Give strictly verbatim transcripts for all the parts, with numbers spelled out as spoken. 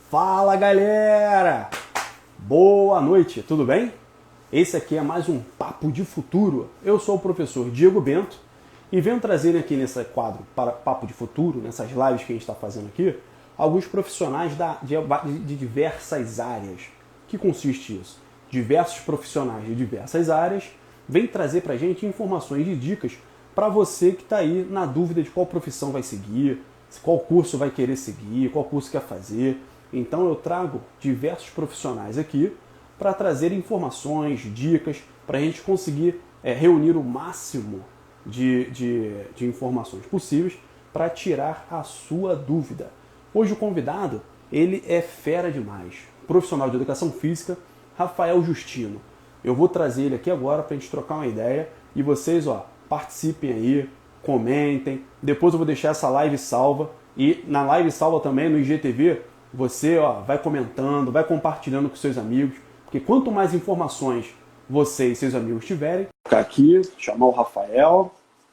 Fala galera! Boa noite, tudo bem? Esse aqui é mais um Papo de Futuro. Eu sou o professor Diego Bento e venho trazer aqui nesse quadro para Papo de Futuro, nessas lives que a gente está fazendo aqui, alguns profissionais da, de, de diversas áreas. O que consiste isso? Diversos profissionais de diversas áreas vêm trazer para a gente informações e dicas para você que está aí na dúvida de qual profissão vai seguir, qual curso vai querer seguir, qual curso quer fazer. Então eu trago diversos profissionais aqui para trazer informações, dicas, para a gente conseguir é, reunir o máximo de, de, de informações possíveis para tirar a sua dúvida. Hoje o convidado, ele é fera demais, profissional de educação física, Rafael Justino. Eu vou trazer ele aqui agora para a gente trocar uma ideia e vocês, ó, participem aí, comentem. Depois eu vou deixar essa live salva e na live salva também no I G T V você, ó, vai comentando, vai compartilhando com seus amigos, porque quanto mais informações você e seus amigos tiverem, vou ficar aqui, chamar o Rafael.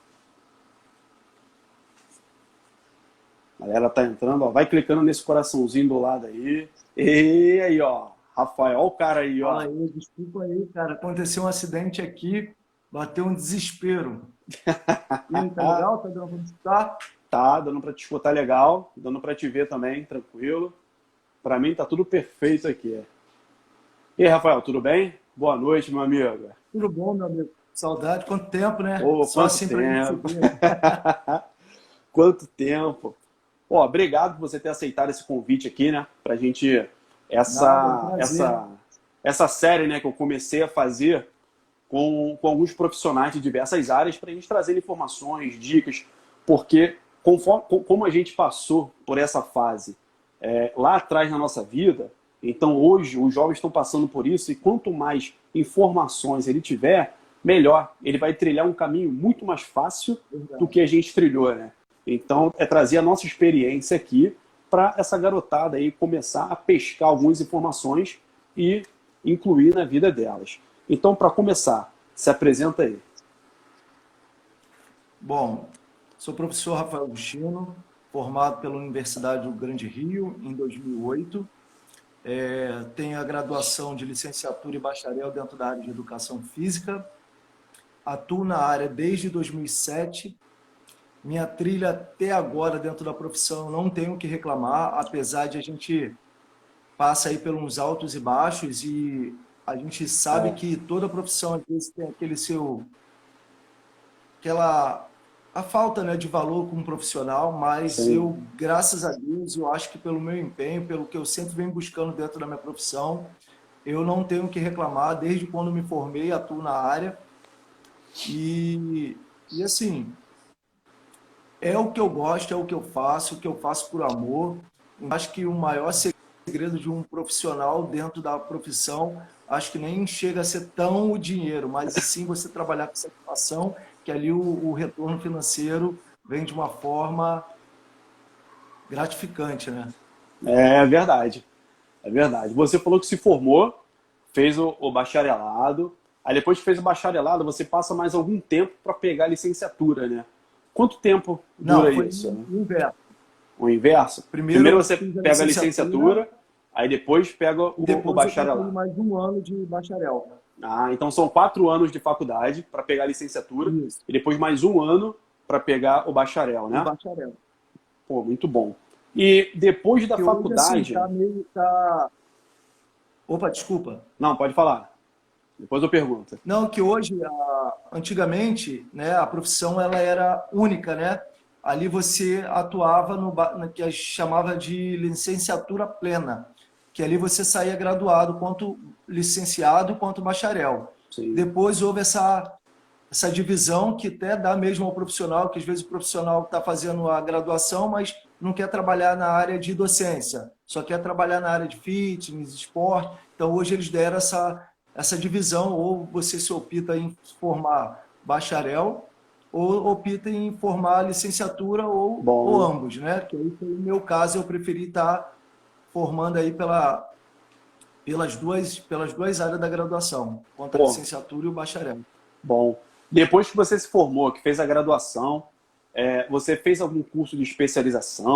A galera tá entrando, ó, vai clicando nesse coraçãozinho do lado aí. E aí, ó, Rafael, ó o cara aí, ó. Fala aí, desculpa aí, cara. Aconteceu um acidente aqui, bateu um desespero. E aí, tá legal? Tá dando pra escutar? Tá, dando pra te escutar legal, dando pra te ver também, tranquilo. Pra mim tá tudo perfeito aqui. E aí, Rafael, tudo bem? Boa noite, meu amigo. Tudo bom, meu amigo? Saudade, quanto tempo, né? Ô, Só quanto assim pra tempo. gente se ver. Quanto tempo. Ó, obrigado por você ter aceitado esse convite aqui, né? Pra gente, Nada, é um essa, prazer. essa, essa série, né, que eu comecei a fazer com, com alguns profissionais de diversas áreas pra gente trazer informações, dicas, porque conforme, como a gente passou por essa fase é, lá atrás na nossa vida, então hoje os jovens estão passando por isso e quanto mais informações ele tiver, melhor. Ele vai trilhar um caminho muito mais fácil do Verdade. que a gente trilhou, né? Então é trazer a nossa experiência aqui para essa garotada aí começar a pescar algumas informações e incluir na vida delas. Então, para começar, se apresenta aí. Bom, sou professor Rafael Justino, formado pela Universidade do Grande Rio em dois mil e oito. É, tenho a graduação de licenciatura e bacharel dentro da área de educação física. Atuo na área desde dois mil e sete. Minha trilha até agora dentro da profissão, eu não tenho o que reclamar, apesar de a gente passa aí pelos altos e baixos e a gente sabe É, que toda profissão às vezes tem aquele seu aquela a falta, né, de valor como profissional, mas sim. eu, graças a Deus, eu acho que pelo meu empenho, pelo que eu sempre venho buscando dentro da minha profissão, eu não tenho o que reclamar desde quando me formei, atuo na área e, e assim, é o que eu gosto, é o que eu faço, o que eu faço por amor. Eu acho que o maior segredo de um profissional dentro da profissão, acho que nem chega a ser tão o dinheiro, mas sim você trabalhar com satisfação, que ali o, o retorno financeiro vem de uma forma gratificante, né? É verdade. É verdade. Você falou que se formou, fez o, o bacharelado, aí depois que fez o bacharelado, você passa mais algum tempo para pegar a licenciatura, né? Quanto tempo dura Não, foi isso, né? o inverso. O inverso? Primeiro Primeiro eu você fiz a pega a licenciatura licenciatura, aí depois pega o, e o depois eu concluí bacharelado. mais um ano de bacharel. Ah, então são quatro anos de faculdade para pegar a licenciatura Isso, e depois mais um ano para pegar o bacharel, o né? bacharel. Pô, muito bom. E depois da Que hoje, assim, faculdade... tá meio... Tá... Opa, desculpa. Não, pode falar. Depois eu pergunto. Não, que hoje, a- antigamente, né, a profissão ela era única, né? Ali você atuava no ba- no que a gente chamava de licenciatura plena, que ali você saía graduado quanto licenciado quanto bacharel. Sim. Depois houve essa essa divisão que até dá mesmo ao profissional, que às vezes o profissional está fazendo a graduação, mas não quer trabalhar na área de docência, só quer trabalhar na área de fitness, esporte. Então hoje eles deram essa essa divisão, ou você se opta em formar bacharel, ou opta em formar licenciatura, ou, ou Bom, ambos, né? Que aí foi o meu caso, eu preferi estar formando aí pela, pelas, duas, pelas duas áreas da graduação, quanto a pô, licenciatura e o bacharel. bom. Depois que você se formou, que fez a graduação, é, você fez algum curso de especialização?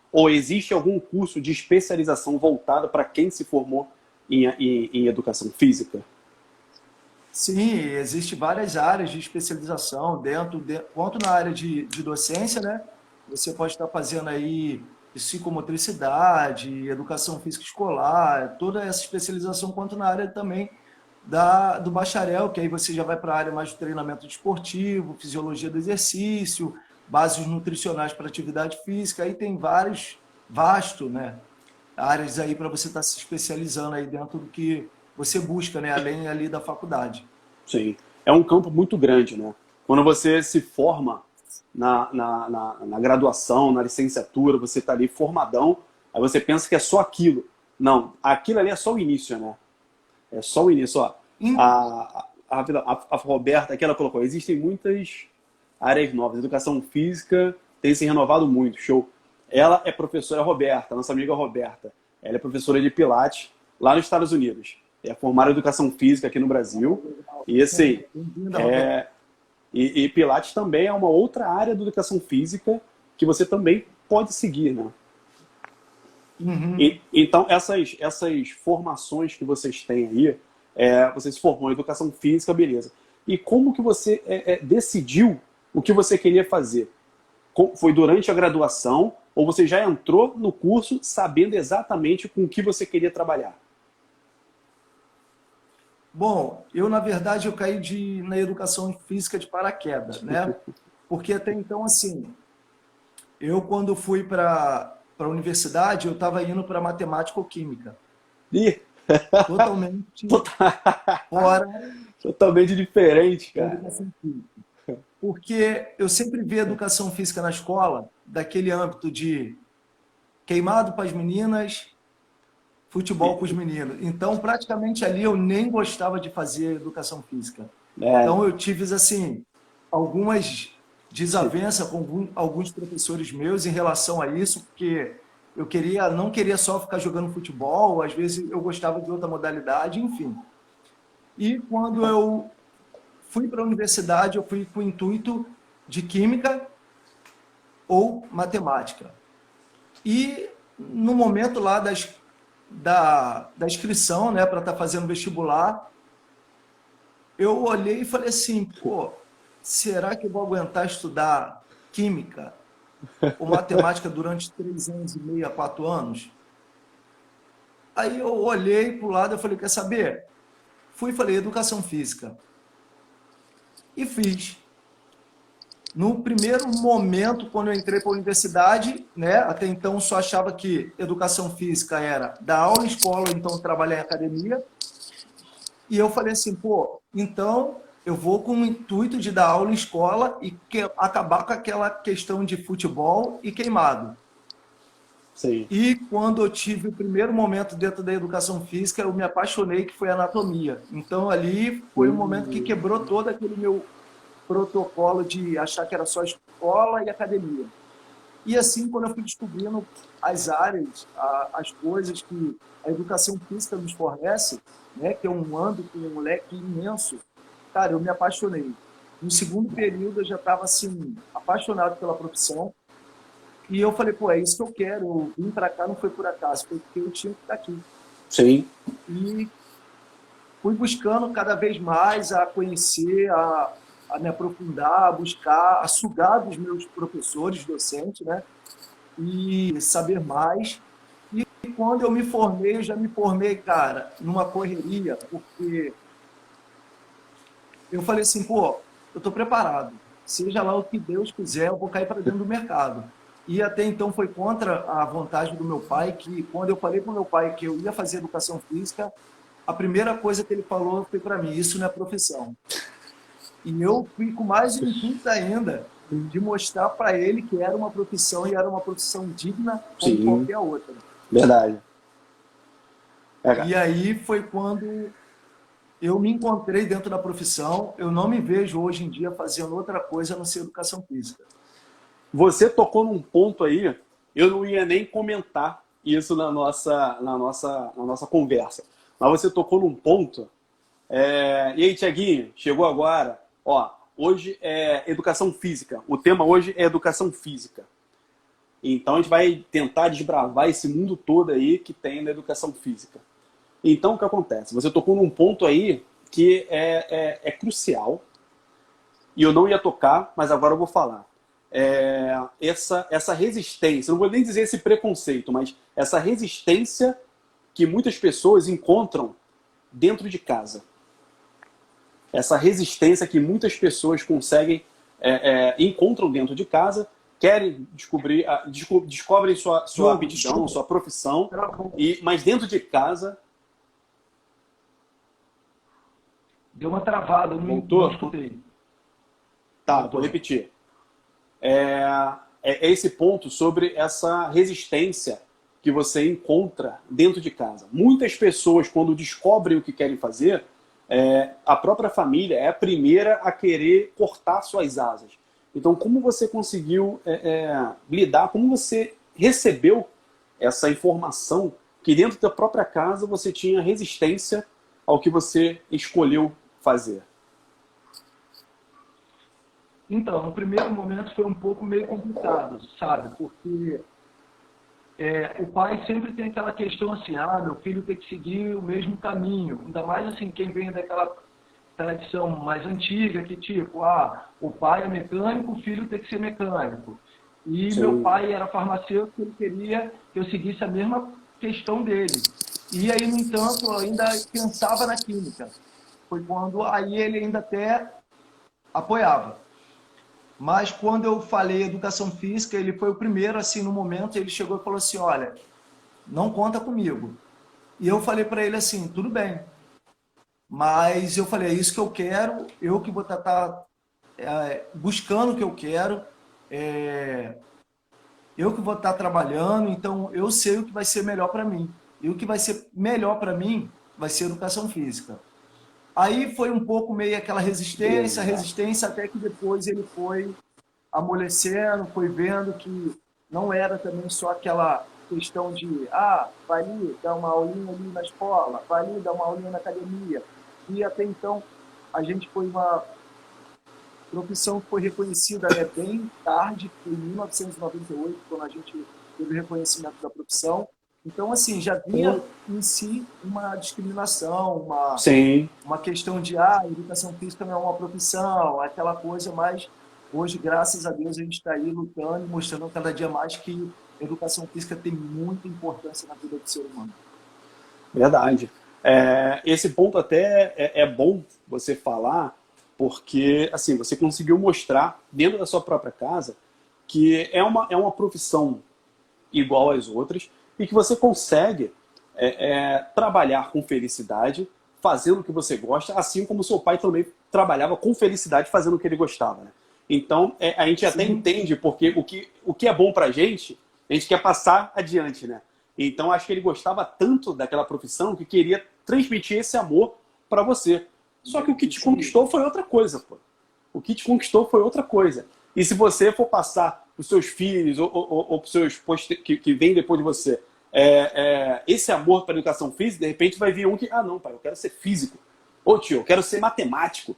Ou existe algum curso de especialização voltado para quem se formou em, em, em educação física? Sim, existe várias áreas de especialização dentro, de, quanto na área de, de docência, né? Você pode estar fazendo aí psicomotricidade, educação física escolar, toda essa especialização, quanto na área também da, do bacharel, que aí você já vai para a área mais do treinamento desportivo, fisiologia do exercício, bases nutricionais para atividade física, aí tem vários, vasto, né? Áreas aí para você estar se especializando aí dentro do que você busca, né? Além ali da faculdade. Sim. É um campo muito grande, né? Quando você se forma na, na, na, na graduação, na licenciatura, você está ali formadão, aí você pensa que é só aquilo. Não, aquilo ali é só o início, né? É só o início. Ó, a, a, a, a Roberta, aqui ela colocou, existem muitas áreas novas. A educação física tem se renovado muito, show. Ela é professora Roberta, nossa amiga Roberta. Ela é professora de Pilates lá nos Estados Unidos. É formada em educação física aqui no Brasil. E assim, é, e, e Pilates também é uma outra área da educação física que você também pode seguir, né? Uhum. E, então, essas, essas formações que vocês têm aí, é, você se formou em educação física, beleza. E como que você é, é, decidiu o que você queria fazer? Foi durante a graduação ou você já entrou no curso sabendo exatamente com o que você queria trabalhar? Bom, eu, na verdade, eu caí de, na educação física de paraquedas, né? Porque até então, assim, eu quando fui para a universidade, eu estava indo para matemática ou química. Ih! Totalmente fora. Totalmente diferente, cara. Porque eu sempre vi a educação física na escola daquele âmbito de queimado para as meninas, futebol com os meninos. Então, praticamente ali eu nem gostava de fazer educação física. É. Então, eu tive, assim, algumas desavenças com alguns professores meus em relação a isso, porque eu queria, não queria só ficar jogando futebol, às vezes eu gostava de outra modalidade, enfim. E quando eu fui para a universidade, eu fui com o intuito de química ou matemática. E no momento lá das, da, da inscrição, né, para estar fazendo vestibular, eu olhei e falei assim, pô, será que eu vou aguentar estudar química ou matemática durante três anos e meio a quatro anos? Aí eu olhei para o lado e falei, quer saber? Fui e falei, educação física. E fiz. No primeiro momento, quando eu entrei para a universidade, né, até então só achava que educação física era dar aula em escola, então trabalhar em academia. E eu falei assim, pô, então eu vou com o intuito de dar aula em escola e que, acabar com aquela questão de futebol e queimado. Sim. E quando eu tive o primeiro momento dentro da educação física, eu me apaixonei, que foi a anatomia. Então ali foi um momento que quebrou todo aquele meu protocolo de achar que era só escola e academia. E assim, quando eu fui descobrindo as áreas, as coisas que a educação física nos fornece, né, que é um âmbito, um leque imenso, cara, eu me apaixonei. No segundo período, eu já estava assim, apaixonado pela profissão. E eu falei, pô, é isso que eu quero. Eu vim para cá, não foi por acaso, foi porque eu tinha que estar aqui. Sim. E fui buscando cada vez mais a conhecer, a, a me aprofundar, a buscar, a sugar dos meus professores, docentes, né? E saber mais. E quando eu me formei, eu já me formei, cara, numa correria, porque eu falei assim, pô, eu estou preparado. Seja lá o que Deus quiser, eu vou cair para dentro do mercado. E até então foi contra a vontade do meu pai, que quando eu falei para o meu pai que eu ia fazer educação física, a primeira coisa que ele falou foi para mim, isso não é profissão. E eu fui com mais intuito ainda de mostrar para ele que era uma profissão e era uma profissão digna como Sim. qualquer outra. Verdade. É, e aí foi quando eu me encontrei dentro da profissão. Eu não me vejo hoje em dia fazendo outra coisa a não ser educação física. Você tocou num ponto aí, eu não ia nem comentar isso na nossa, na nossa, na nossa conversa. Mas você tocou num ponto. É... E aí, Tiaguinho, chegou agora. Ó, hoje é educação física. O tema hoje é educação física. Então a gente vai tentar desbravar esse mundo todo aí que tem na educação física. Então o que acontece? Você tocou num ponto aí que é, é, é crucial, e eu não ia tocar, mas agora eu vou falar. É, essa, essa resistência, não vou nem dizer esse preconceito, mas essa resistência que muitas pessoas encontram dentro de casa. Essa resistência que muitas pessoas conseguem, é, é, encontram dentro de casa, querem descobrir, desco, descobrem sua, sua aptidão, sua profissão, e, mas dentro de casa... Deu uma travada, eu não, não escutei. Tá, vou repetir. É, é esse ponto sobre essa resistência que você encontra dentro de casa. Muitas pessoas, quando descobrem o que querem fazer, é, a própria família é a primeira a querer cortar suas asas. Então, como você conseguiu é, é, lidar, como você recebeu essa informação que dentro da própria casa você tinha resistência ao que você escolheu fazer? Então, no primeiro momento foi um pouco meio complicado, sabe? Porque é, o pai sempre tem aquela questão assim, ah, meu filho tem que seguir o mesmo caminho. Ainda mais assim, quem vem daquela tradição mais antiga, que tipo, ah, o pai é mecânico, o filho tem que ser mecânico. E Sim. meu pai era farmacêutico, ele queria que eu seguisse a mesma questão dele. E aí, no entanto, eu ainda pensava na química. Foi quando aí ele ainda até apoiava. Mas quando eu falei educação física, ele foi o primeiro, assim, no momento, ele chegou e falou assim, olha, não conta comigo. E eu falei para ele assim, tudo bem. Mas eu falei, é isso que eu quero, eu que vou estar é, buscando o que eu quero, é, eu que vou estar trabalhando, então eu sei o que vai ser melhor para mim. E o que vai ser melhor para mim vai ser educação física. Aí foi um pouco meio aquela resistência, resistência, até que depois ele foi amolecendo, foi vendo que não era também só aquela questão de, ah, vai ali dar uma aulinha ali na escola, vai ali dar uma aulinha na academia. E até então a gente foi uma profissão que foi reconhecida, né, bem tarde, em mil novecentos e noventa e oito, quando a gente teve o reconhecimento da profissão. Então, assim, já vinha em si uma discriminação, uma, Sim. uma questão de, ah, educação física não é uma profissão, aquela coisa, mas hoje, graças a Deus, a gente está aí lutando e mostrando cada dia mais que educação física tem muita importância na vida do ser humano. Verdade. É, esse ponto até é, é bom você falar, porque assim, você conseguiu mostrar dentro da sua própria casa que é uma, é uma profissão igual às outras, e que você consegue é, é, trabalhar com felicidade, fazendo o que você gosta, assim como seu pai também trabalhava com felicidade fazendo o que ele gostava. Né? Então, é, a gente até Sim. entende porque o que, o que é bom pra gente, a gente quer passar adiante. Né? Então, acho que ele gostava tanto daquela profissão que queria transmitir esse amor para você. Só que o que te Sim. conquistou foi outra coisa. Pô. O que te conquistou foi outra coisa. E se você for passar para os seus filhos ou, ou, ou para os seus que, que vêm depois de você, É, é, esse amor para a educação física, de repente vai vir um que, ah não, pai, eu quero ser físico. Ô tio, eu quero ser matemático.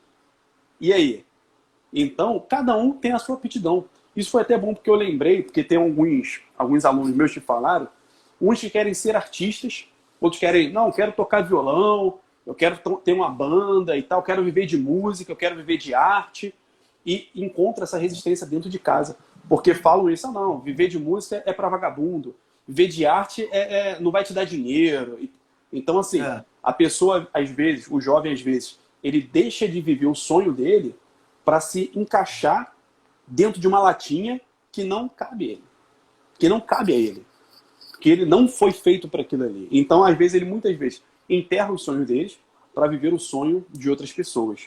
E aí? Então, cada um tem a sua aptidão. Isso foi até bom porque eu lembrei, porque tem alguns, alguns alunos meus que falaram, uns que querem ser artistas, outros querem, não, eu quero tocar violão, eu quero ter uma banda e tal, eu quero viver de música, eu quero viver de arte, e encontra essa resistência dentro de casa. Porque falam isso, ah não, viver de música é para vagabundo. Viver de arte é, é, não vai te dar dinheiro. Então, assim, é. a pessoa, às vezes, o jovem, às vezes, ele deixa de viver o sonho dele para se encaixar dentro de uma latinha que não cabe a ele. Que não cabe a ele. Que ele não foi feito para aquilo ali. Então, às vezes, ele muitas vezes enterra os sonhos deles para viver o sonho de outras pessoas.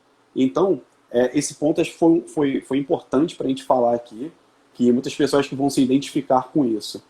Então, é, esse ponto acho que foi, foi, foi importante para a gente falar aqui, que muitas pessoas que vão se identificar com isso.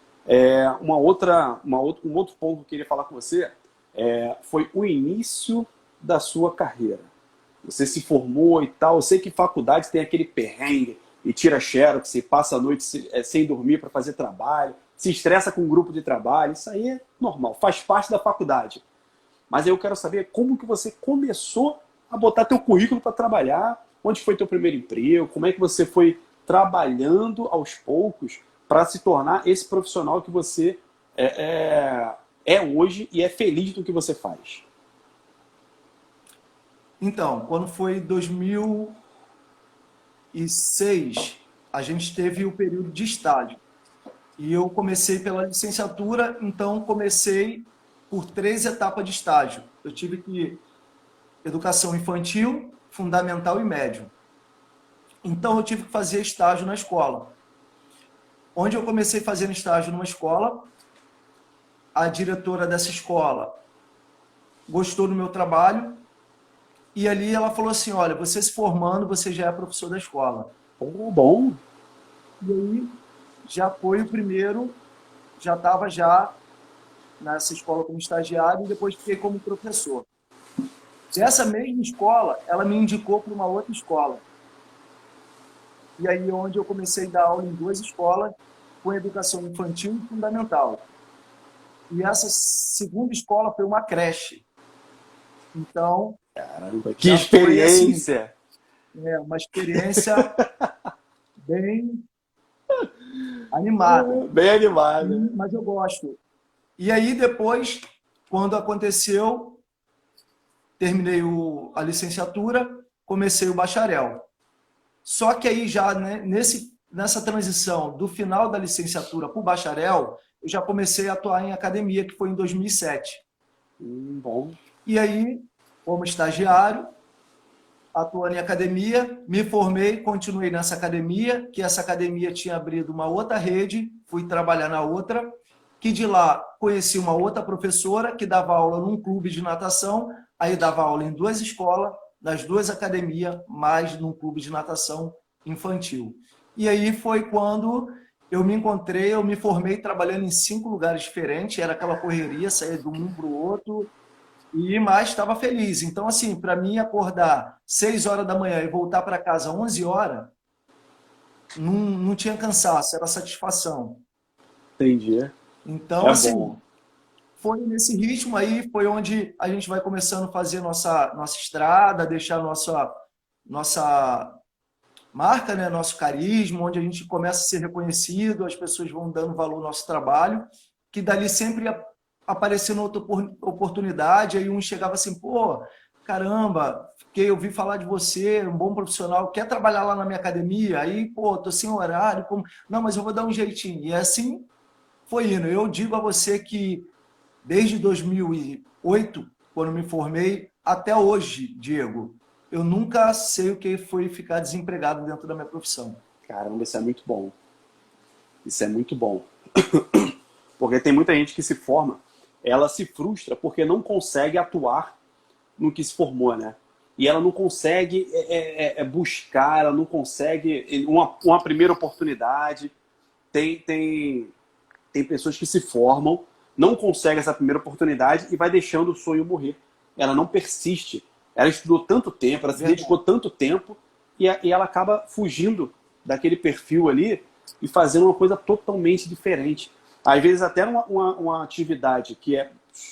É, uma outra, uma outro, um outro ponto que eu queria falar com você é, foi o início da sua carreira. Você se formou e tal. Eu sei que faculdade tem aquele perrengue e tira xerox, você passa a noite sem dormir para fazer trabalho, se estressa com um grupo de trabalho. Isso aí é normal, faz parte da faculdade. Mas eu quero saber como que você começou a botar teu currículo para trabalhar, onde foi teu primeiro emprego, como é que você foi trabalhando aos poucos para se tornar esse profissional que você é, é, é hoje e é feliz do que você faz? Então, quando foi dois mil e seis, a gente teve o período de estágio. E eu comecei pela licenciatura, então comecei por três etapas de estágio. Eu tive que educação infantil, fundamental e médio. Então eu tive que fazer estágio na escola. Onde eu comecei fazendo estágio numa escola, a diretora dessa escola gostou do meu trabalho e ali ela falou assim, olha, você se formando, você já é professor da escola. Oh, bom. E aí já foi o primeiro, já estava já nessa escola como estagiário e depois fiquei como professor. Dessa mesma escola, ela me indicou para uma outra escola. E aí onde eu comecei a dar aula em duas escolas, com educação infantil e fundamental. E essa segunda escola foi uma creche. Então, caramba, que experiência! Foi, assim, é, uma experiência bem animada. Bem animada. Mas eu gosto. E aí depois, quando aconteceu, terminei o, a licenciatura, comecei o bacharel. Só que aí já, né, nesse, nessa transição do final da licenciatura para o bacharel, eu já comecei a atuar em academia, que foi em dois mil e sete. Hum, bom. E aí, como estagiário, atuando em academia, me formei, continuei nessa academia, que essa academia tinha abrido uma outra rede, fui trabalhar na outra, que de lá conheci uma outra professora que dava aula num clube de natação, aí dava aula em duas escolas, nas duas academias, mais num clube de natação infantil. E aí foi quando eu me encontrei, eu me formei trabalhando em cinco lugares diferentes, era aquela correria, saía de um para o outro, e mais estava feliz. Então, assim, para mim acordar seis horas da manhã e voltar para casa onze horas, não, não tinha cansaço, era satisfação. Entendi. Então, é assim, bom. Foi nesse ritmo aí, foi onde a gente vai começando a fazer nossa, nossa estrada, deixar nossa, nossa marca, né? Nosso carisma, onde a gente começa a ser reconhecido, as pessoas vão dando valor ao nosso trabalho, que dali sempre ia aparecendo outra oportunidade, aí um chegava assim, pô, caramba, fiquei, eu ouvi falar de você, um bom profissional, quer trabalhar lá na minha academia? Aí, pô, tô sem horário, como... não, mas eu vou dar um jeitinho. E assim foi indo. Eu digo a você que desde dois mil e oito, quando me formei, até hoje, Diego, eu nunca sei o que foi ficar desempregado dentro da minha profissão. Caramba, isso é muito bom. Isso é muito bom. Porque tem muita gente que se forma, ela se frustra porque não consegue atuar no que se formou, né? E ela não consegue é, é, é buscar, ela não consegue uma, uma primeira oportunidade. Tem, tem, tem pessoas que se formam, não consegue essa primeira oportunidade e vai deixando o sonho morrer. Ela não persiste. Ela estudou tanto tempo, ela se Verdade. dedicou tanto tempo e, a, e ela acaba fugindo daquele perfil ali e fazendo uma coisa totalmente diferente. Às vezes até uma, uma, uma atividade que é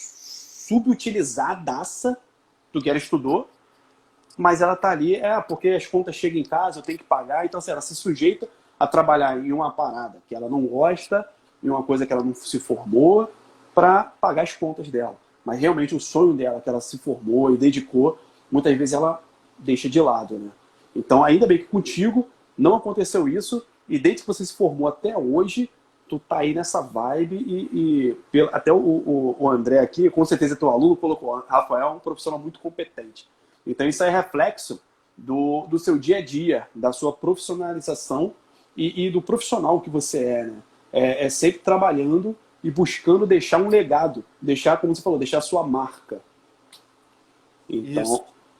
subutilizadaça do que ela estudou, mas ela está ali, é porque as contas chegam em casa, eu tenho que pagar, então assim, ela se sujeita a trabalhar em uma parada que ela não gosta, em uma coisa que ela não se formou, para pagar as contas dela. Mas realmente o sonho dela, que ela se formou e dedicou, muitas vezes ela deixa de lado, né? Então, ainda bem que contigo não aconteceu isso, e desde que você se formou até hoje, tu tá aí nessa vibe, e, e até o, o, o André aqui, com certeza teu aluno colocou, Rafael é um profissional muito competente. Então isso é reflexo do, do seu dia a dia, da sua profissionalização e, e do profissional que você é, né? É, é sempre trabalhando e buscando deixar um legado, deixar, como você falou, deixar a sua marca. Então, Isso.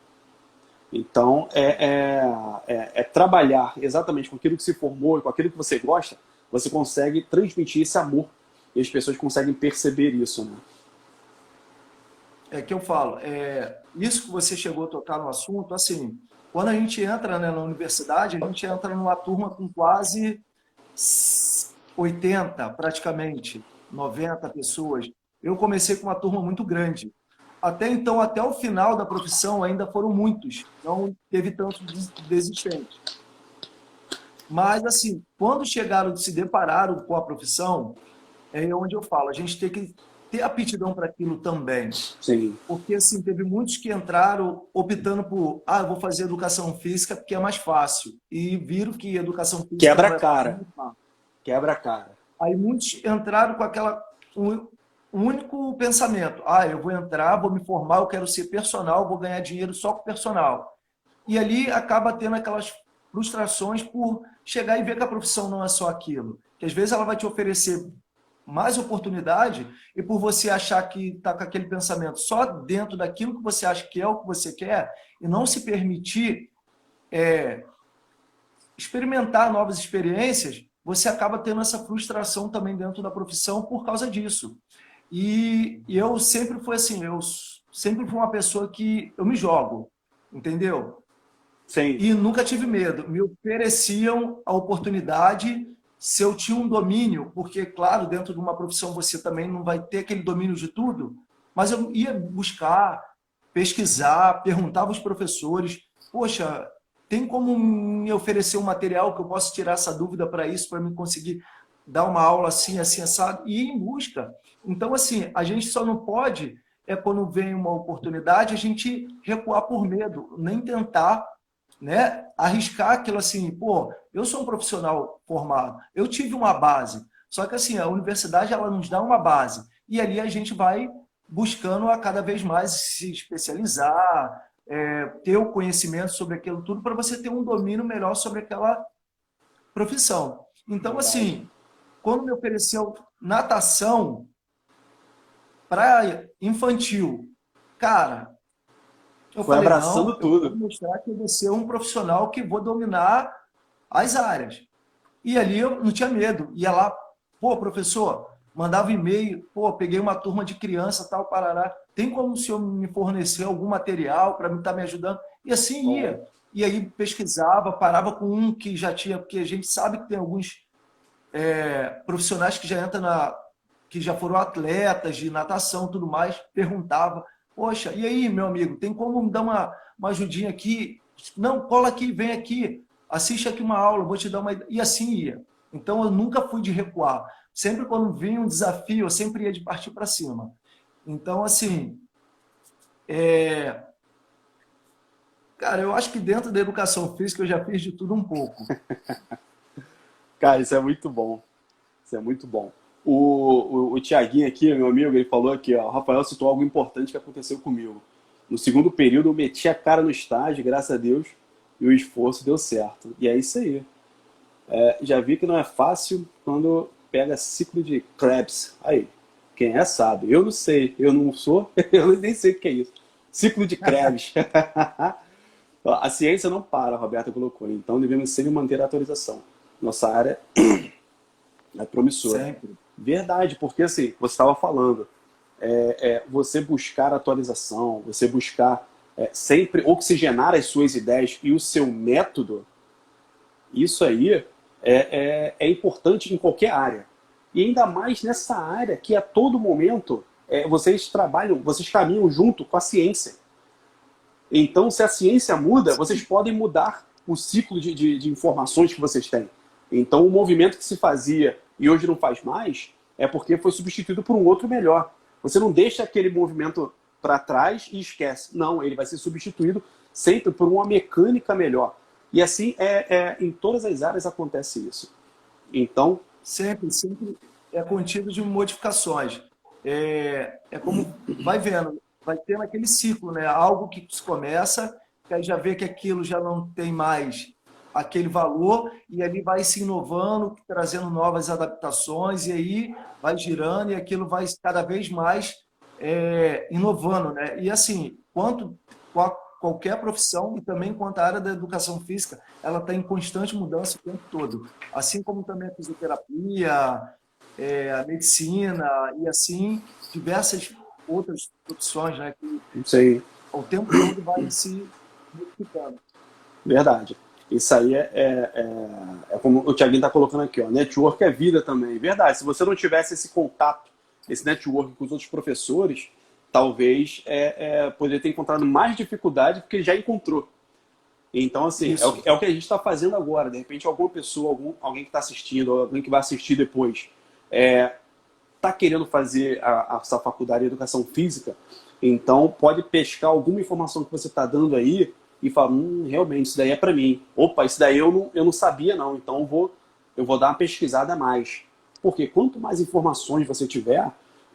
então é, é, é, é trabalhar exatamente com aquilo que se formou e com aquilo que você gosta, você consegue transmitir esse amor e as pessoas conseguem perceber isso, né? É que eu falo, é, isso que você chegou a tocar no assunto, assim, quando a gente entra, né, na universidade, a gente entra numa turma com quase oitenta, praticamente, noventa pessoas. Eu comecei com uma turma muito grande. Até então, até o final da profissão, ainda foram muitos. Não teve tanto desistente. Mas, assim, quando chegaram, se depararam com a profissão, é onde eu falo, a gente tem que ter aptidão para aquilo também. Sim. Porque, assim, teve muitos que entraram optando por, ah, eu vou fazer educação física porque é mais fácil. E viram que educação física Quebra não a é cara. fácil. Quebra a cara. Aí muitos entraram com aquela um, um único pensamento. Ah, eu vou entrar, vou me formar, eu quero ser personal, vou ganhar dinheiro só com personal. E ali acaba tendo aquelas frustrações por chegar e ver que a profissão não é só aquilo. Que às vezes ela vai te oferecer mais oportunidade e por você achar que está com aquele pensamento só dentro daquilo que você acha que é o que você quer e não se permitir é, experimentar novas experiências, você acaba tendo essa frustração também dentro da profissão por causa disso. E, e eu sempre fui assim, eu sempre fui uma pessoa que eu me jogo, entendeu? Sim. E nunca tive medo. Me ofereciam a oportunidade se eu tinha um domínio, porque, claro, dentro de uma profissão você também não vai ter aquele domínio de tudo, mas eu ia buscar, pesquisar, perguntava aos professores, poxa, tem como me oferecer um material que eu possa tirar essa dúvida para isso, para me conseguir dar uma aula assim, assim, assado, e ir em busca. Então, assim, a gente só não pode, é quando vem uma oportunidade, a gente recuar por medo, nem tentar, né, arriscar aquilo assim, pô, eu sou um profissional formado, eu tive uma base, só que assim, a universidade ela nos dá uma base, e ali a gente vai buscando a cada vez mais se especializar, é, ter o conhecimento sobre aquilo tudo, para você ter um domínio melhor sobre aquela profissão. Então, Verdade. assim, quando me ofereceu natação para infantil, cara, eu Foi falei, abraçando não, eu vou tudo. mostrar que eu vou ser um profissional que vou dominar as áreas. E ali eu não tinha medo. Ia lá, pô, professor, mandava e-mail, pô, peguei uma turma de criança, tal, parará. Tem como o senhor me fornecer algum material para me estar me ajudando? E assim Bom. ia. E aí pesquisava, parava com um que já tinha, porque a gente sabe que tem alguns é, profissionais que já entram na, que já foram atletas de natação, tudo mais, perguntava, poxa, e aí, meu amigo, tem como me dar uma, uma ajudinha aqui? Não, cola aqui, vem aqui, assiste aqui uma aula, vou te dar uma. E assim ia. Então eu nunca fui de recuar. Sempre quando vinha um desafio, eu sempre ia de partir para cima. Então, assim, é... cara, eu acho que dentro da educação física eu já fiz de tudo um pouco. Cara, isso é muito bom. Isso é muito bom. O, o, o Tiaguinho aqui, meu amigo, ele falou aqui, ó, o Rafael citou algo importante que aconteceu comigo. No segundo período, eu meti a cara no estágio, graças a Deus, e o esforço deu certo. E é isso aí. É, já vi que não é fácil quando pega ciclo de Krebs. Aí, quem é sabe. Eu não sei, eu não sou, eu nem sei o que é isso. Ciclo de Krebs. A ciência não para, a Roberta colocou, então devemos sempre manter a atualização. Nossa área é promissora. Sempre. Verdade, porque assim, você estava falando, é, é, você buscar atualização, você buscar é, sempre oxigenar as suas ideias e o seu método, isso aí é, é, é importante em qualquer área. E ainda mais nessa área que a todo momento é, vocês trabalham, vocês caminham junto com a ciência. Então, se a ciência muda, vocês podem mudar o ciclo de, de, de informações que vocês têm. Então, o movimento que se fazia e hoje não faz mais é porque foi substituído por um outro melhor. Você não deixa aquele movimento para trás e esquece. Não, ele vai ser substituído sempre por uma mecânica melhor. E assim, é, é, em todas as áreas acontece isso. Então, Sempre, sempre é contido de modificações. É, é como vai vendo, vai tendo aquele ciclo, né? Algo que se começa, que aí já vê que aquilo já não tem mais aquele valor, e ali vai se inovando, trazendo novas adaptações, e aí vai girando, e aquilo vai cada vez mais é, inovando, né? E assim, quanto qual- qualquer profissão, e também quanto à área da educação física, ela está em constante mudança o tempo todo. Assim como também a fisioterapia, é, a medicina, e assim, diversas outras profissões, né? Que não sei. o tempo todo vai se modificando. Verdade. Isso aí é, é, é, é como o Thiaguinho está colocando aqui, ó. Network é vida também. Verdade. Se você não tivesse esse contato, esse network com os outros professores, talvez é, é, poderia ter encontrado mais dificuldade do que já encontrou. Então, assim, é o, é o que a gente está fazendo agora. De repente, alguma pessoa, algum, alguém que está assistindo, ou alguém que vai assistir depois, é, está querendo fazer a, a, essa faculdade de Educação Física, então pode pescar alguma informação que você está dando aí e falar, hum, realmente, isso daí é para mim. Opa, isso daí eu não, eu não sabia não, então eu vou, eu vou dar uma pesquisada a mais. Porque quanto mais informações você tiver,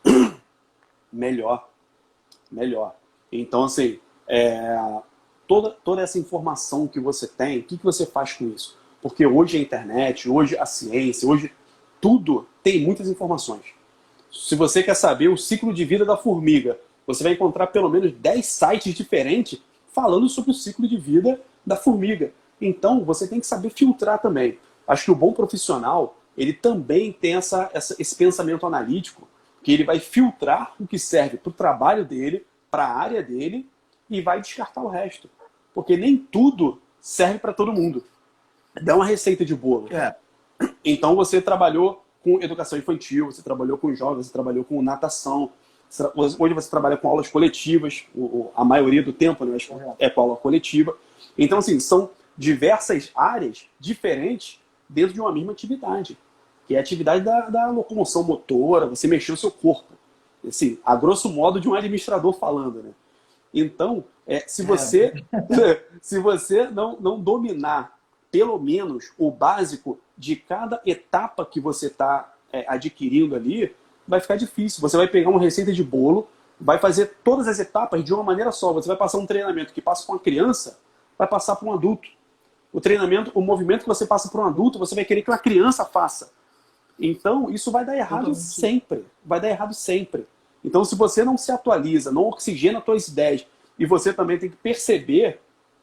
melhor. Melhor. Então, assim, é, toda, toda essa informação que você tem, o que, que você faz com isso? Porque hoje a internet, hoje a ciência, hoje tudo tem muitas informações. Se você quer saber o ciclo de vida da formiga, você vai encontrar pelo menos dez sites diferentes falando sobre o ciclo de vida da formiga. Então, você tem que saber filtrar também. Acho que o bom profissional, ele também tem essa, essa, esse pensamento analítico, que ele vai filtrar o que serve para o trabalho dele, para a área dele, e vai descartar o resto. Porque nem tudo serve para todo mundo. Dá uma receita de bolo. É. Então, você trabalhou com educação infantil, você trabalhou com jovens, você trabalhou com natação. Hoje você trabalha com aulas coletivas, a maioria do tempo, né, é com aula coletiva. Então, assim, são diversas áreas diferentes dentro de uma mesma atividade, que é a atividade da, da locomoção motora, você mexer o seu corpo. Assim, a grosso modo de um administrador falando, né? Então, é, se você, é. se você não, não dominar pelo menos o básico de cada etapa que você está é, adquirindo ali, vai ficar difícil. Você vai pegar uma receita de bolo, vai fazer todas as etapas de uma maneira só. Você vai passar um treinamento que passa para uma criança, vai passar para um adulto. O treinamento, o movimento que você passa para um adulto, você vai querer que uma criança faça. Então, isso vai dar errado Totalmente. sempre. Vai dar errado sempre. Então, se você não se atualiza, não oxigena as suas ideias, e você também tem que perceber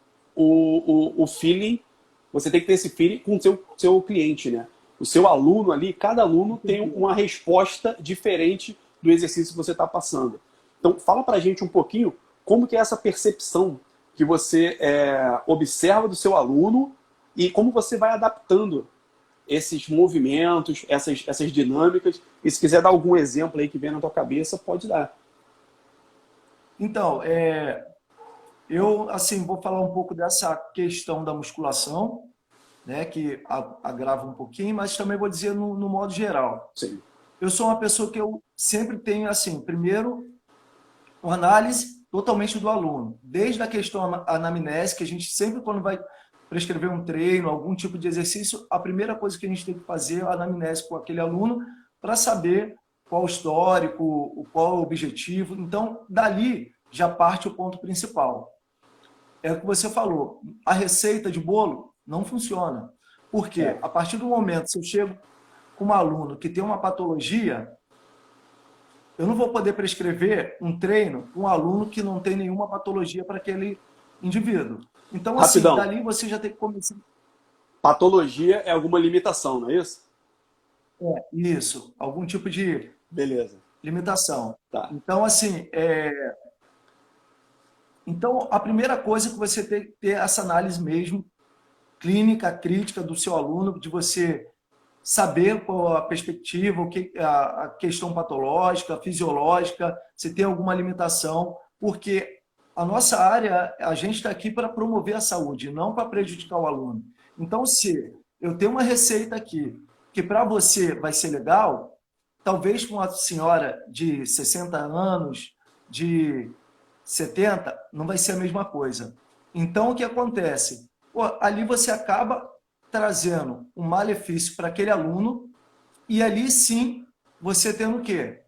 o, o, o feeling, você tem que ter esse feeling com o seu, seu cliente, né? O seu aluno ali, cada aluno tem uma resposta diferente do exercício que você está passando. Então, fala pra gente um pouquinho como que é essa percepção que você é, observa do seu aluno e como você vai adaptando esses movimentos, essas, essas dinâmicas. E se quiser dar algum exemplo aí que vem na tua cabeça, pode dar. Então, é, eu assim vou falar um pouco dessa questão da musculação, né, que agrava um pouquinho, mas também vou dizer no, no modo geral. Sim. Eu sou uma pessoa que eu sempre tenho, assim, primeiro, uma análise totalmente do aluno. Desde a questão anamnésica, a gente sempre, quando vai prescrever um treino, algum tipo de exercício, a primeira coisa que a gente tem que fazer é a anamnese com aquele aluno para saber qual o histórico, qual o objetivo. Então, dali já parte o ponto principal. É o que você falou, a receita de bolo não funciona. Por quê? É. A partir do momento que eu chego com um aluno que tem uma patologia, eu não vou poder prescrever um treino com um aluno que não tem nenhuma patologia para aquele indivíduo. Então, assim, Rapidão. dali você já tem que começar. Patologia é alguma limitação, não é isso? É, isso. Algum tipo de Beleza. limitação. Tá. Então, assim, é... então, a primeira coisa é que você tem que ter essa análise mesmo, clínica, crítica do seu aluno, de você saber qual a perspectiva, o que, a questão patológica, fisiológica, se tem alguma limitação, porque a nossa área, a gente está aqui para promover a saúde, não para prejudicar o aluno. Então, se eu tenho uma receita aqui, que para você vai ser legal, talvez com uma senhora de sessenta anos, de setenta, não vai ser a mesma coisa. Então, o que acontece? Pô, ali você acaba trazendo um malefício para aquele aluno e ali sim você tendo o quê?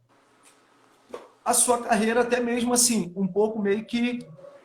A sua carreira até mesmo assim, um pouco meio que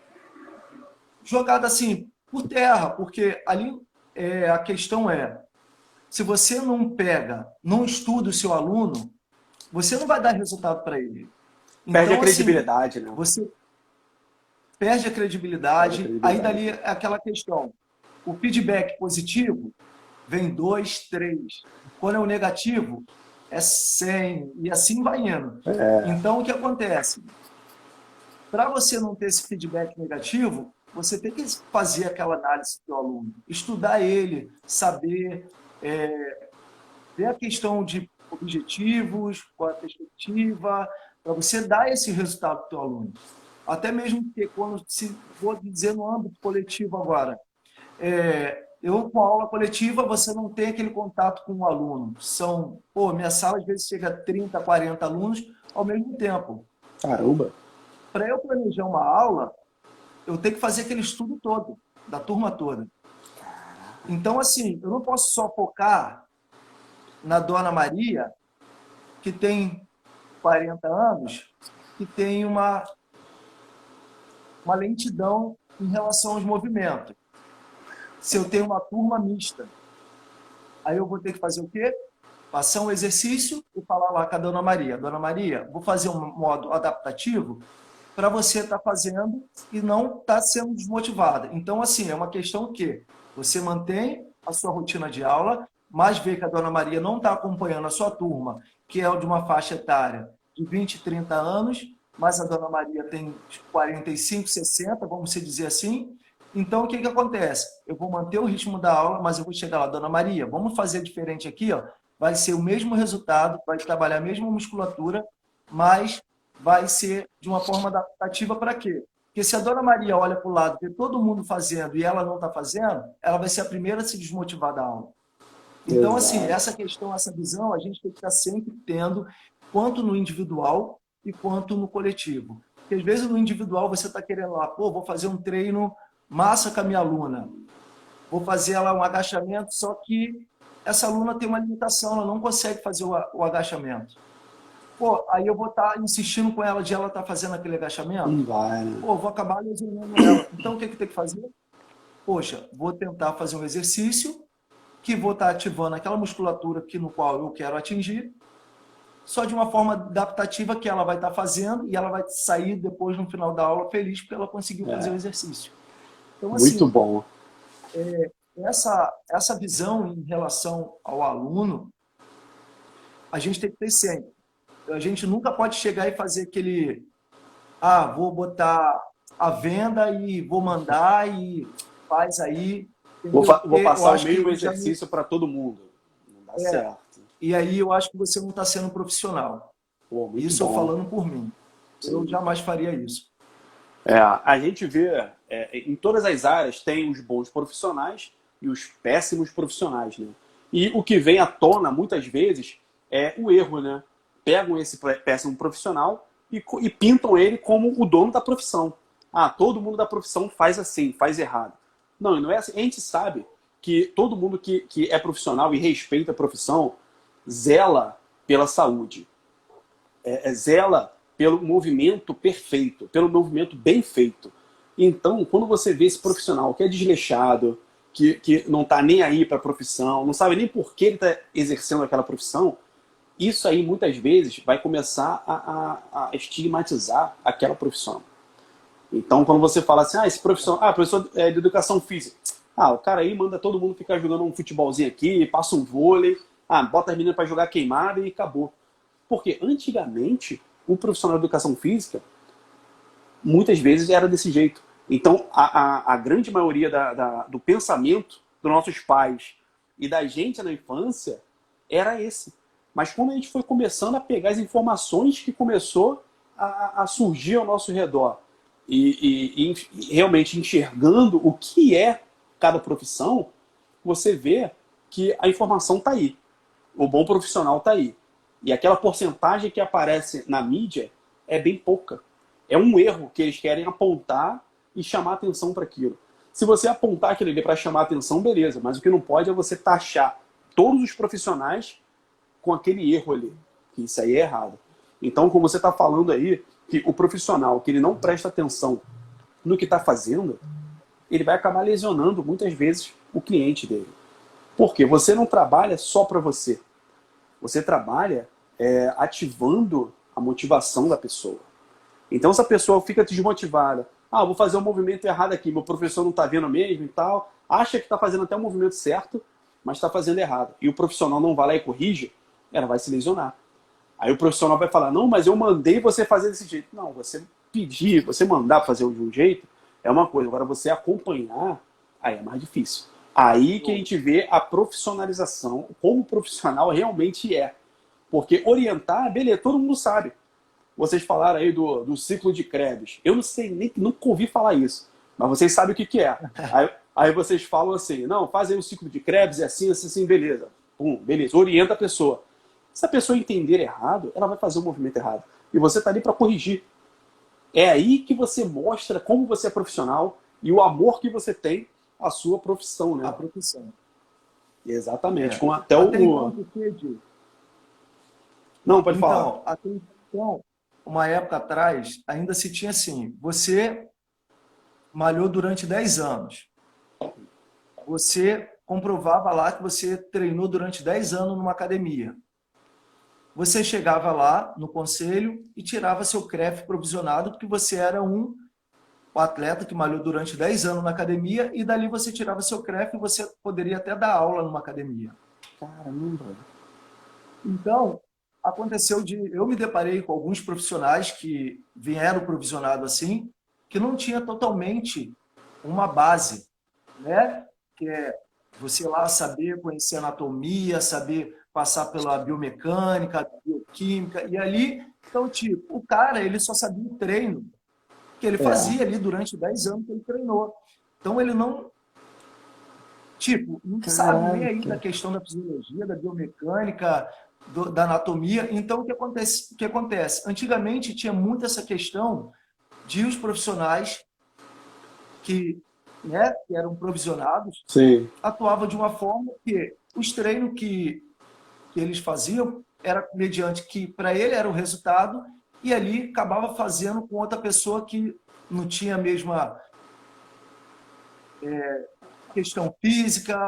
jogada assim por terra, porque ali é, a questão é, se você não pega, não estuda o seu aluno, você não vai dar resultado para ele. Perde então, a credibilidade, assim, né? Você perde a credibilidade, Perde a credibilidade. Aí dali é aquela questão. O feedback positivo vem dois, três. Quando é o negativo, é cem, e assim vai indo. É. Então, o que acontece? Para você não ter esse feedback negativo, você tem que fazer aquela análise do aluno, estudar ele, saber, é, ver a questão de objetivos, qual é a perspectiva, para você dar esse resultado para o teu aluno. Até mesmo porque, quando se vou dizer no âmbito coletivo agora, É, eu, com a aula coletiva, você não tem aquele contato com o aluno. São, pô, minha sala às vezes chega a trinta, quarenta alunos ao mesmo tempo. Caramba. Para eu planejar uma aula, eu tenho que fazer aquele estudo todo, da turma toda. Então, assim, eu não posso só focar na Dona Maria, que tem quarenta anos, que tem uma, uma lentidão em relação aos movimentos. Se eu tenho uma turma mista, aí eu vou ter que fazer o quê? Passar um exercício e falar lá com a Dona Maria. Dona Maria, vou fazer um modo adaptativo para você estar tá fazendo e não estar tá sendo desmotivada. Então, assim, é uma questão que você mantém a sua rotina de aula, mas vê que a Dona Maria não está acompanhando a sua turma, que é de uma faixa etária de vinte, trinta anos, mas a Dona Maria tem quarenta e cinco, sessenta, vamos dizer assim. Então, o que, que acontece? Eu vou manter o ritmo da aula, mas eu vou chegar lá, Dona Maria, vamos fazer diferente aqui, ó. Vai ser o mesmo resultado, vai trabalhar a mesma musculatura, mas vai ser de uma forma adaptativa para quê? Porque se a Dona Maria olha para o lado, vê todo mundo fazendo e ela não está fazendo, ela vai ser a primeira a se desmotivar da aula. Então, assim, essa questão, essa visão, a gente tem que estar sempre tendo, quanto no individual e quanto no coletivo. Porque às vezes no individual você está querendo lá, pô, vou fazer um treino massa com a minha aluna, vou fazer ela um agachamento, só que essa aluna tem uma limitação, ela não consegue fazer o agachamento. Pô, aí eu vou estar insistindo com ela de ela estar fazendo aquele agachamento? Não vai, né? Pô, vou acabar lesionando ela. Então, o que, que tem que fazer? Poxa, vou tentar fazer um exercício que vou estar ativando aquela musculatura que, no qual eu quero atingir, só de uma forma adaptativa que ela vai estar fazendo e ela vai sair depois, no final da aula, feliz porque ela conseguiu fazer é. o exercício. Então, assim, muito bom. É, essa, essa visão em relação ao aluno, a gente tem que ter sempre. A gente nunca pode chegar e fazer aquele, ah, vou botar a venda e vou mandar e faz aí. Vou, vou passar o mesmo exercício para todo mundo. Não dá é, certo. E aí eu acho que você não está sendo profissional. Pô, isso bom. Eu falando por mim. Sim. Eu jamais faria isso. É, a gente vê, é, em todas as áreas, tem os bons profissionais e os péssimos profissionais, né? E o que vem à tona, muitas vezes, é o erro, né? Pegam esse péssimo profissional e, e pintam ele como o dono da profissão. Ah, todo mundo da profissão faz assim, faz errado. Não, não é assim. A gente sabe que todo mundo que, que é profissional e respeita a profissão zela pela saúde. É, é, zela pelo movimento perfeito, pelo movimento bem feito. Então, quando você vê esse profissional que é desleixado, que, que não está nem aí para a profissão, não sabe nem por que ele está exercendo aquela profissão, isso aí, muitas vezes, vai começar a, a, a estigmatizar aquela profissão. Então, quando você fala assim, ah, esse profissional, ah, professor de educação física, ah, o cara aí manda todo mundo ficar jogando um futebolzinho aqui, passa um vôlei, ah, bota as meninas para jogar queimada e acabou. Porque antigamente, o profissional de educação física, muitas vezes era desse jeito. Então, a, a, a grande maioria da, da, do pensamento dos nossos pais e da gente na infância era esse. Mas quando a gente foi começando a pegar as informações que começou a, a surgir ao nosso redor e, e, e realmente enxergando o que é cada profissão, você vê que a informação está aí. O bom profissional está aí. E aquela porcentagem que aparece na mídia é bem pouca. É um erro que eles querem apontar e chamar atenção para aquilo. Se você apontar aquilo ali para chamar atenção, beleza. Mas o que não pode é você taxar todos os profissionais com aquele erro ali. Isso aí é errado. Então, como você está falando aí, que o profissional que ele não presta atenção no que está fazendo, ele vai acabar lesionando muitas vezes o cliente dele. Por quê? Você não trabalha só para você. Você trabalha é, ativando a motivação da pessoa. Então, se a pessoa fica desmotivada, ah, vou fazer um movimento errado aqui, meu professor não está vendo mesmo e tal, acha que está fazendo até o movimento certo, mas está fazendo errado. E o profissional não vai lá e corrige, ela vai se lesionar. Aí o profissional vai falar, não, mas eu mandei você fazer desse jeito. Não, você pedir, você mandar fazer de um jeito, é uma coisa. Agora, você acompanhar, aí é mais difícil. Aí que a gente vê a profissionalização, como o profissional realmente é. Porque orientar, beleza, todo mundo sabe. Vocês falaram aí do, do ciclo de Krebs. Eu não sei, nem, nunca ouvi falar isso. Mas vocês sabem o que, que é. Aí, Aí vocês falam assim, não, faz aí um ciclo de Krebs, é assim, assim, assim, beleza. Pum, beleza, orienta a pessoa. Se a pessoa entender errado, ela vai fazer o movimento errado. E você está ali para corrigir. É aí que você mostra como você é profissional e o amor que você tem à sua profissão, né? A profissão. Exatamente. É. Com até Até o... então, porque, Diego, Não, pode falar. então, até então, uma época atrás, ainda se tinha assim, você malhou durante dez anos. Você comprovava lá que você treinou durante dez anos numa academia. Você chegava lá no conselho e tirava seu C R E F provisionado, porque você era um atleta que malhou durante dez anos na academia, e dali você tirava seu C R E F e você poderia até dar aula numa academia. Caramba. Então, aconteceu de... Eu me deparei com alguns profissionais que vieram provisionado assim, que não tinha totalmente uma base, né? Que é você lá saber conhecer anatomia, saber passar pela biomecânica, bioquímica, e ali, então, tipo, o cara, ele só sabia o treino que ele fazia É. ali durante dez anos que ele treinou. Então, ele não, tipo, não sabe nem aí da Caraca. questão da fisiologia, da biomecânica, do, da anatomia. Então, o que acontece? O que acontece? Antigamente, tinha muito essa questão de os profissionais que, né, que eram provisionados, Sim. atuavam de uma forma que os treinos que, que eles faziam era mediante que para ele era o resultado, e ali acabava fazendo com outra pessoa que não tinha a mesma é, questão física,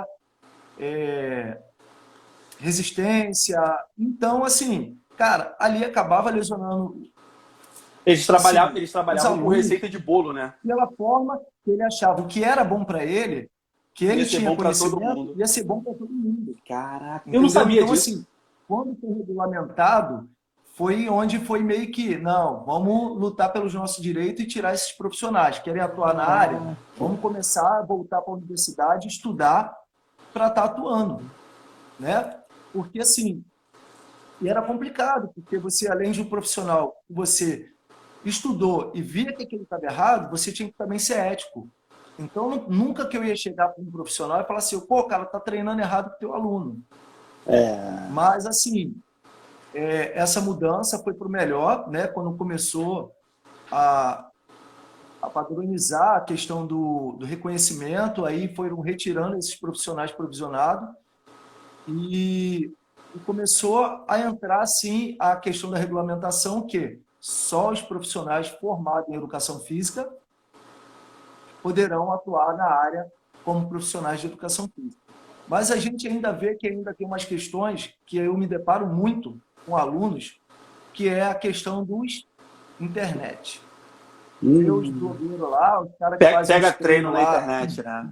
é, resistência. Então, assim, cara, ali acabava lesionando, Eles trabalhavam, assim, eles os trabalhavam com alunos receita de bolo, né? pela forma que ele achava. O que era bom para ele, que ele Ia ser tinha bom para todo conhecimento, mundo. ia ser bom para todo mundo. Caraca. Eu não Entendeu? sabia Então, disso. assim, quando foi regulamentado, foi onde foi meio que, não, vamos lutar pelos nossos direitos e tirar esses profissionais. Querem atuar na área? Vamos começar a voltar para a universidade, estudar para estar atuando, né? Porque, assim, e era complicado, porque você, além de um profissional, você estudou e via que aquilo estava errado, você tinha que também ser ético. Então, nunca que eu ia chegar para um profissional e falar assim, pô, cara, tá treinando errado com o teu aluno. É. Mas, assim, é, essa mudança foi para o melhor, né? Quando começou a, a padronizar a questão do, do reconhecimento, aí foram retirando esses profissionais provisionados e, e começou a entrar, assim, a questão da regulamentação, que só os profissionais formados em educação física poderão atuar na área como profissionais de educação física. Mas a gente ainda vê que ainda tem umas questões que eu me deparo muito com alunos, que é a questão dos internet. Hum. Vê os blogueiros lá, os caras que Pega, fazem pega os treino treinos na lá, internet, né?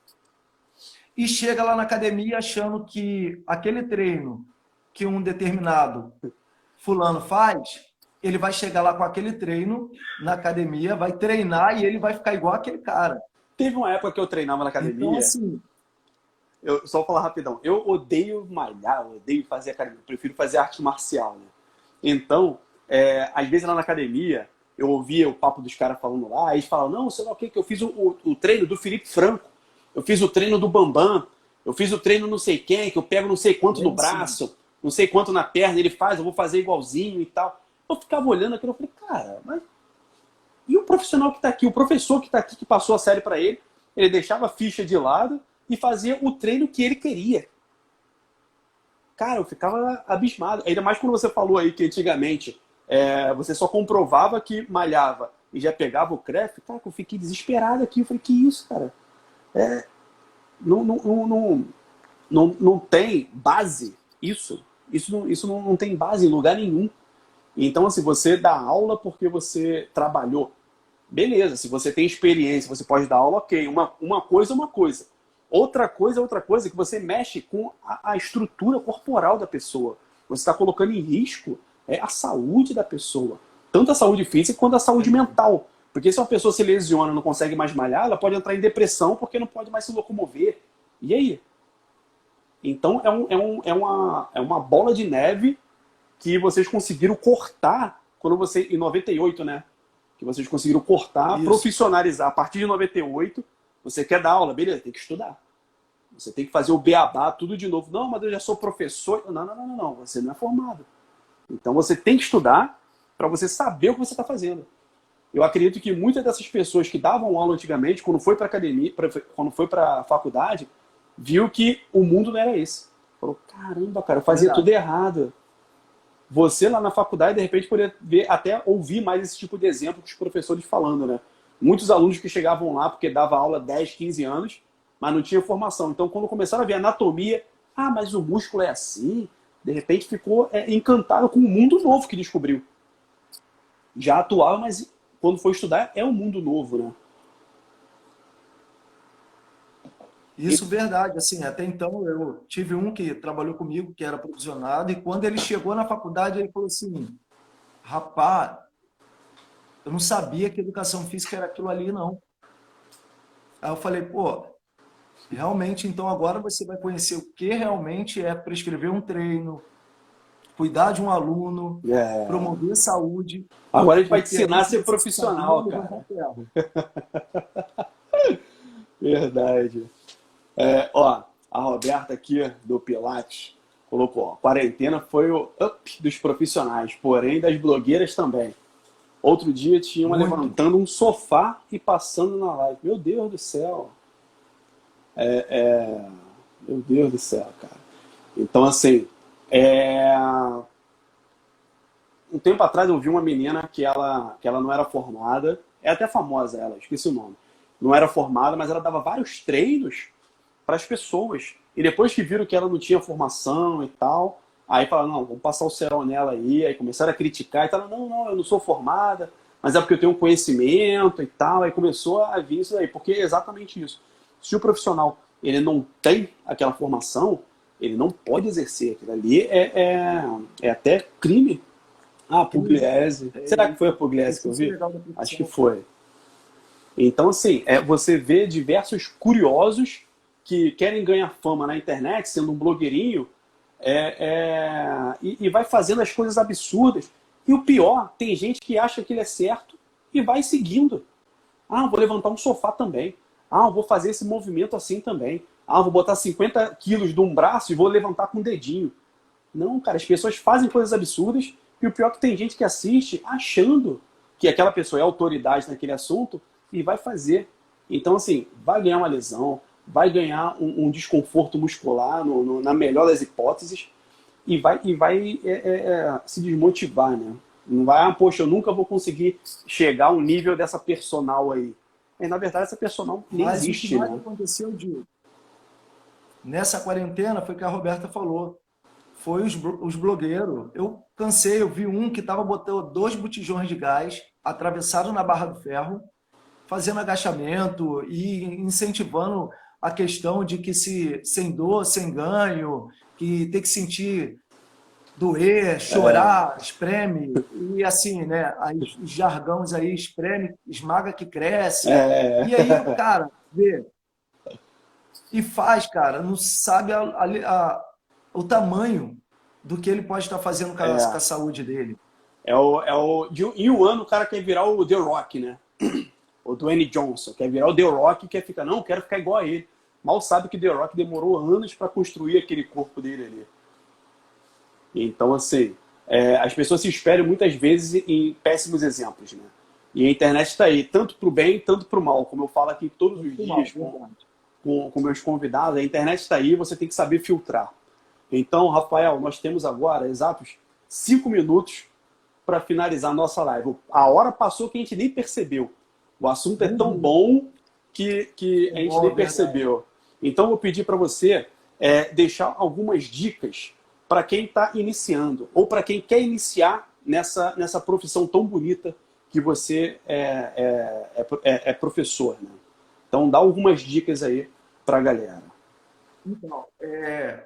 e chega lá na academia achando que aquele treino que um determinado fulano faz, ele vai chegar lá com aquele treino na academia, vai treinar e ele vai ficar igual aquele cara. Teve uma época que eu treinava na academia. Então, assim, Eu, só vou falar rapidão. Eu odeio malhar, eu odeio fazer academia. Eu prefiro fazer arte marcial, né? Então, é, às vezes lá na academia, eu ouvia o papo dos caras falando lá, aí eles falavam, não, sei lá o que, que eu fiz o, o, o treino do Felipe Franco, eu fiz o treino do Bambam, eu fiz o treino não sei quem, que eu pego não sei quanto no braço, não sei quanto na perna, ele faz, eu vou fazer igualzinho e tal. Eu ficava olhando aquilo, eu falei, cara, mas... E o profissional que está aqui, o professor que está aqui, que passou a série para ele, ele deixava a ficha de lado e fazia o treino que ele queria. Cara, eu ficava abismado. Ainda mais quando você falou aí que antigamente é, você só comprovava que malhava e já pegava o C R E F. Cara, eu fiquei desesperado aqui. Eu falei, que isso, cara? É, não, não, não, não, não, não tem base isso. Isso, não, isso não, não tem base em lugar nenhum. Então, assim, você dá aula porque você trabalhou. Beleza, se você tem experiência, você pode dar aula, ok. Uma, uma coisa é uma coisa. Outra coisa é outra coisa, que você mexe com a, a estrutura corporal da pessoa. Você está colocando em risco é, a saúde da pessoa. Tanto a saúde física quanto a saúde mental. Porque se uma pessoa se lesiona e não consegue mais malhar, ela pode entrar em depressão porque não pode mais se locomover. E aí? Então é, um, é, um, é, uma, é uma bola de neve que vocês conseguiram cortar quando você, em noventa e oito, né? Que vocês conseguiram cortar, isso. profissionalizar. A partir de noventa e oito, Você quer dar aula, beleza, tem que estudar. Você tem que fazer o beabá tudo de novo. Não, mas eu já sou professor. Não, não, não, não, não. Você não é formado. Então você tem que estudar para você saber o que você está fazendo. Eu acredito que muitas dessas pessoas que davam aula antigamente, quando foi para academia, pra, quando foi para a faculdade, viu que o mundo não era esse. Falou, caramba, cara, eu fazia Verdade. tudo errado. Você lá na faculdade, de repente, poderia ver, até ouvir mais esse tipo de exemplo que os professores falando, né? Muitos alunos que chegavam lá porque dava aula dez, quinze anos, mas não tinha formação. Então, quando começaram a ver anatomia, ah, mas o músculo é assim, de repente ficou é, encantado com um mundo novo que descobriu. Já atuava, mas quando foi estudar, é um mundo novo, né? Isso verdade, assim, até então eu tive um que trabalhou comigo, que era provisionado, e quando ele chegou na faculdade, ele falou assim, rapaz, eu não sabia que educação física era aquilo ali, não. Aí eu falei, pô, realmente, então agora você vai conhecer o que realmente é prescrever um treino, cuidar de um aluno, É... promover saúde, Agora a gente vai te porque ensinar a antes ser você só sabia profissional, levantar cara. ferro. Verdade. É, ó, a Roberta aqui do Pilates colocou, ó, quarentena foi o up dos profissionais, porém das blogueiras também. Outro dia tinha uma Muito. levantando um sofá e passando na live. Meu Deus do céu. É, é... Meu Deus do céu, cara. Então, assim, é... um tempo atrás eu vi uma menina que ela, que ela não era formada, é até famosa ela, esqueci o nome. Não era formada, mas ela dava vários treinos para as pessoas. E depois que viram que ela não tinha formação e tal, aí falaram, não, vamos passar o cerol nela aí. Aí começaram a criticar e tal, não, não, eu não sou formada, mas é porque eu tenho um conhecimento e tal. Aí começou a vir isso aí, porque é exatamente isso. Se o profissional ele não tem aquela formação, ele não pode exercer. Aquilo ali é, é, é até crime. Ah, Pugliese. É, Será que foi a Pugliese que esse eu é o vi? legal da Acho que profissão. foi. Então, assim, é, você vê diversos curiosos que querem ganhar fama na internet, sendo um blogueirinho, é, é, e, e vai fazendo as coisas absurdas. E o pior, tem gente que acha que ele é certo e vai seguindo. Ah, eu vou levantar um sofá também. Ah, eu vou fazer esse movimento assim também. Ah, eu vou botar cinquenta quilos de um braço e vou levantar com o dedinho. Não, cara, as pessoas fazem coisas absurdas e o pior é que tem gente que assiste achando que aquela pessoa é autoridade naquele assunto e vai fazer. Então, assim, vai ganhar uma lesão, vai ganhar um, um desconforto muscular, no, no, na melhor das hipóteses, e vai, e vai é, é, é, se desmotivar, né? Não vai, ah, poxa, eu nunca vou conseguir chegar ao nível dessa personal aí. E, na verdade, essa personal nem Mas o que existe, mais né? aconteceu, de nessa quarentena foi o que a Roberta falou. Foi os, os blogueiros. Eu cansei, eu vi um que estava botando dois botijões de gás atravessado na barra do ferro, fazendo agachamento e incentivando a questão de que se sem dor, sem ganho, que tem que sentir doer, É, chorar, espreme, e assim, né, aí os jargões aí, espreme, esmaga que cresce. é, E aí o cara vê e faz, cara, não sabe a, a, a, o tamanho do que ele pode estar fazendo com a, com é, a saúde dele. é o, é o, de, em um ano o cara quer virar o The Rock, né? O Dwayne Johnson, quer virar o The Rock e quer ficar, não, quero ficar igual a ele. Mal sabe que The Rock demorou anos para construir aquele corpo dele ali. Então, assim, é, as pessoas se esperam muitas vezes em péssimos exemplos, né? E a internet está aí, tanto para o bem, tanto para o mal. Como eu falo aqui todos os Muito mal, dias com, verdade. com, com meus convidados, a internet está aí, você tem que saber filtrar. Então, Rafael, nós temos agora exatos cinco minutos para finalizar a nossa live. A hora passou que a gente nem percebeu. O assunto é tão Uhum. bom que, que a É gente bom, nem é verdade. percebeu. Então, eu vou pedir para você é, deixar algumas dicas para quem está iniciando ou para quem quer iniciar nessa, nessa profissão tão bonita que você é, é, é, é, é professor. Né? Então, dá algumas dicas aí para a galera. Então, é,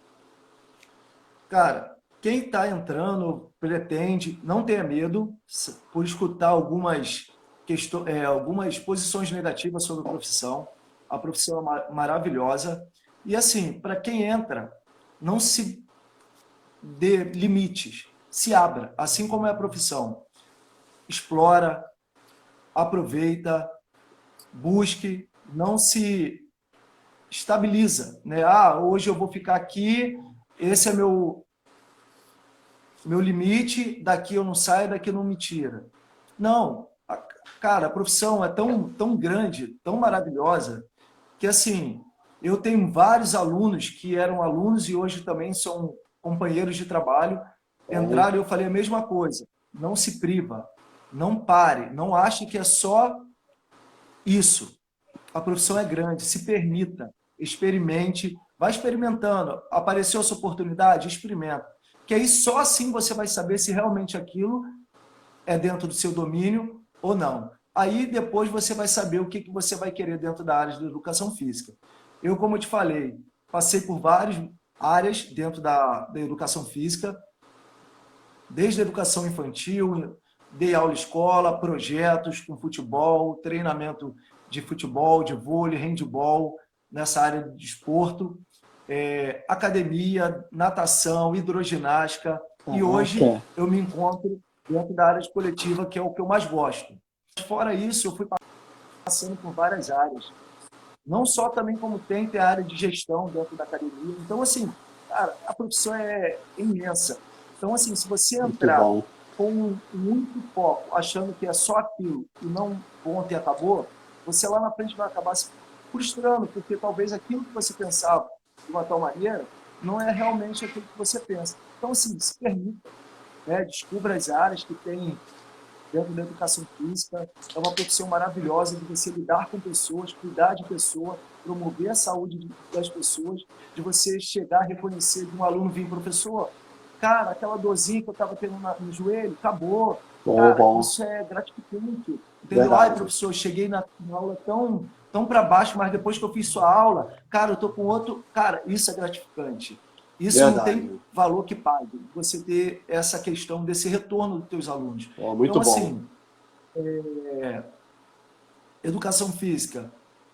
cara, quem está entrando pretende, não tenha medo por escutar algumas, questões, é, algumas posições negativas sobre a profissão. A profissão é ma- maravilhosa. E assim, para quem entra, não se dê limites, se abra, assim como é a profissão. Explora, aproveita, busque. não se estabiliza, né? Ah, hoje eu vou ficar aqui, esse é meu meu limite, daqui eu não saio, daqui não me tira. Não, a, cara, a profissão é tão, tão grande, tão maravilhosa, que assim, eu tenho vários alunos que eram alunos e hoje também são companheiros de trabalho, entraram e eu falei a mesma coisa, não se priva, não pare, não ache que é só isso. A profissão é grande, se permita, experimente, vai experimentando. Apareceu essa oportunidade, experimenta. Que aí só assim você vai saber se realmente aquilo é dentro do seu domínio ou não. Aí depois você vai saber o que que você vai querer dentro da área de educação física. Eu, como eu te falei, passei por várias áreas dentro da, da educação física, desde a educação infantil, dei aula em escola, projetos com futebol, treinamento de futebol, de vôlei, handebol, nessa área de esporto, é, academia, natação, hidroginástica, e hoje Caraca. eu me encontro dentro da área de coletiva, que é o que eu mais gosto. Fora isso, eu fui passando por várias áreas. Não só também como tem, tem a área de gestão dentro da academia. Então, assim, cara, a profissão é imensa. Então, assim, se você Muito entrar bom. com um único foco, achando que é só aquilo e não ponto e acabou, você lá na frente vai acabar se frustrando, porque talvez aquilo que você pensava de uma tal maneira não é realmente aquilo que você pensa. Então, assim, se permita, né? Descubra as áreas que tem dentro da educação física. É uma profissão maravilhosa de você lidar com pessoas, cuidar de pessoas, promover a saúde das pessoas, de você chegar a reconhecer de um aluno vir, professor, cara, aquela dorzinha que eu estava tendo no joelho, acabou. Bom, Cara, bom. isso é gratificante. Entendeu? Ai, Verdade. professor, cheguei na, na aula tão, tão para baixo, mas depois que eu fiz sua aula, cara, eu tô com outro. Cara, isso é gratificante. Isso não tem Verdade. valor que pague. Você ter essa questão desse retorno dos teus alunos. Ó, Então, muito bom. assim, educação física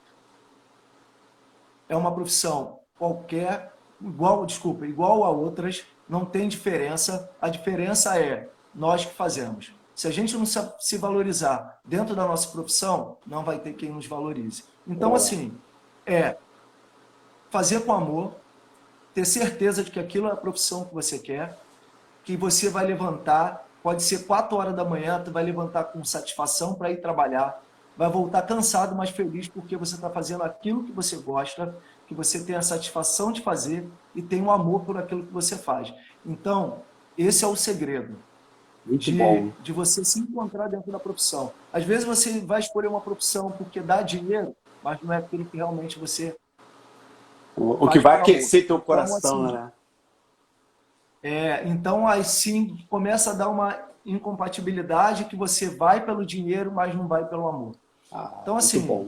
é uma profissão qualquer, igual, desculpa, igual a outras, não tem diferença. A diferença é nós que fazemos. Se a gente não se valorizar dentro da nossa profissão, não vai ter quem nos valorize. Então, É. assim, é fazer com amor, ter certeza de que aquilo é a profissão que você quer, que você vai levantar, pode ser quatro horas da manhã, tu vai levantar com satisfação para ir trabalhar, vai voltar cansado, mas feliz, porque você está fazendo aquilo que você gosta, que você tem a satisfação de fazer e tem um amor por aquilo que você faz. Então, esse é o segredo Muito bom. de, de você se encontrar dentro da profissão. Às vezes você vai escolher uma profissão porque dá dinheiro, mas não é aquilo que realmente você O, o que faz vai por amor. aquecer teu Então, coração, assim, né? É, então, aí sim, começa a dar uma incompatibilidade que você vai pelo dinheiro, mas não vai pelo amor. Ah, Então, muito assim, bom.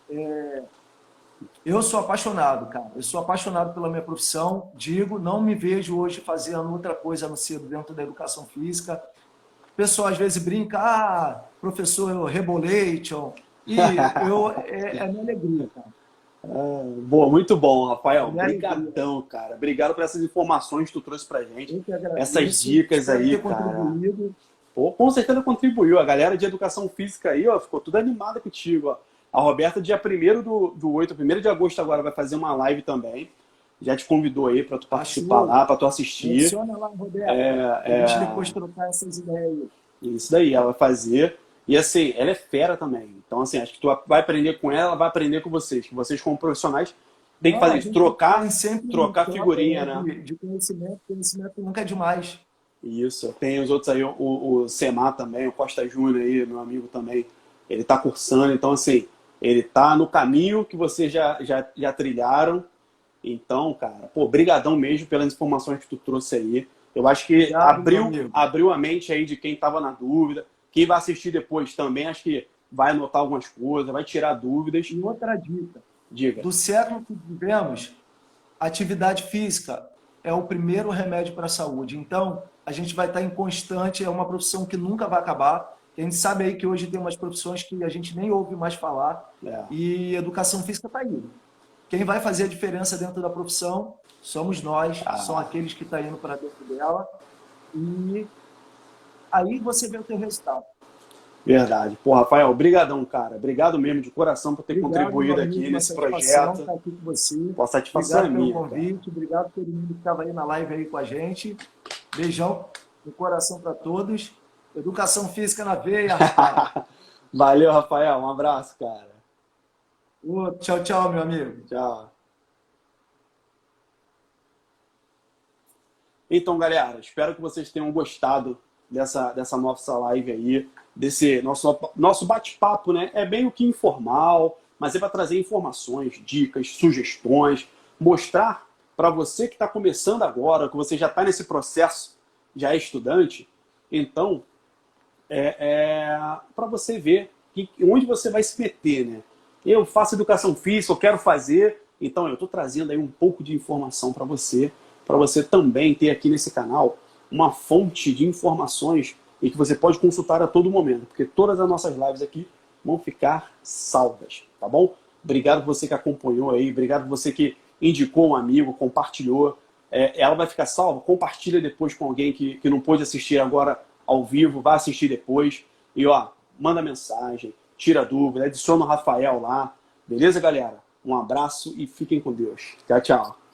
eu sou apaixonado, cara. Eu sou apaixonado pela minha profissão. Digo, não me vejo hoje fazendo outra coisa a não ser dentro da educação física. O pessoal às vezes brinca, ah, professor Rebolation. E eu, é, é minha alegria, cara. Boa, muito bom, É Rafael. minha alegria. Brigadão, cara. Obrigado por essas informações que tu trouxe pra gente. Eu que Essas agradeço. dicas Espero aí, ter cara. contribuído. Pô, com certeza contribuiu. A galera de educação física aí, ó, ficou tudo animada contigo, ó. A Roberta, dia primeiro do, do oito, primeiro de agosto agora, vai fazer uma live também. Já te convidou aí pra tu participar Achou? lá, pra tu assistir. Menciona lá, Roberto, É, para a gente é, depois trocar essas ideias. isso daí, ela vai fazer. E assim, ela é fera também. Então, assim, acho que tu vai aprender com ela, ela vai aprender com vocês. Que vocês, como profissionais, tem que Não, fazer a isso, gente trocar, tem sempre uma trocar troca, figurinha, né, né? de, de conhecimento. Conhecimento nunca é demais. Isso. Tem os outros aí, o, o Semar também, o Costa Júnior aí, meu amigo também. Ele tá cursando, então assim, ele tá no caminho que vocês já, já, já trilharam. Então, cara, pô, brigadão mesmo pelas informações que tu trouxe aí. Eu acho que Obrigado, meu abriu, amigo. abriu a mente aí de quem tava na dúvida. Quem vai assistir depois também, acho que vai anotar algumas coisas, vai tirar dúvidas. E outra dica. Diga. Do século que vivemos, atividade física é o primeiro remédio para a saúde. Então, a gente vai estar em constante, é uma profissão que nunca vai acabar. A gente sabe aí que hoje tem umas profissões que a gente nem ouve mais falar. É. E educação física está aí. Quem vai fazer a diferença dentro da profissão somos nós, são Ah, aqueles que estão indo para dentro dela. E aí você vê o teu resultado. Verdade. Pô, Rafael, brigadão, cara. Obrigado mesmo, de coração, por ter Obrigado, meu contribuído aqui amigo, uma nesse satisfação projeto. estar aqui com você. Pô, a satisfação é Obrigado pelo minha, cara. convite, obrigado a todo mundo que estava aí na live aí com a gente. Beijão no coração para todos. Educação física na veia, rapaz. Valeu, Rafael. Um abraço, cara. Ô, tchau, tchau, meu amigo. Tchau. Então, galera, espero que vocês tenham gostado dessa, dessa nossa live aí, desse nosso, nosso bate-papo, né? É bem o que informal, mas é para trazer informações, dicas, sugestões, mostrar para você que está começando agora, que você já está nesse processo, já é estudante, então, é, é para você ver que, onde você vai se meter, né? Eu faço educação física, eu quero fazer, então eu estou trazendo aí um pouco de informação para você, para você também ter aqui nesse canal uma fonte de informações e que você pode consultar a todo momento, porque todas as nossas lives aqui vão ficar salvas, tá bom? Obrigado você que acompanhou aí, obrigado você que indicou um amigo, compartilhou. É, ela vai ficar salva, compartilha depois com alguém que, que não pôde assistir agora ao vivo, vai assistir depois. E ó, manda mensagem, tira dúvida, adiciona o Rafael lá. Beleza, galera? Um abraço e fiquem com Deus. Tchau, tchau.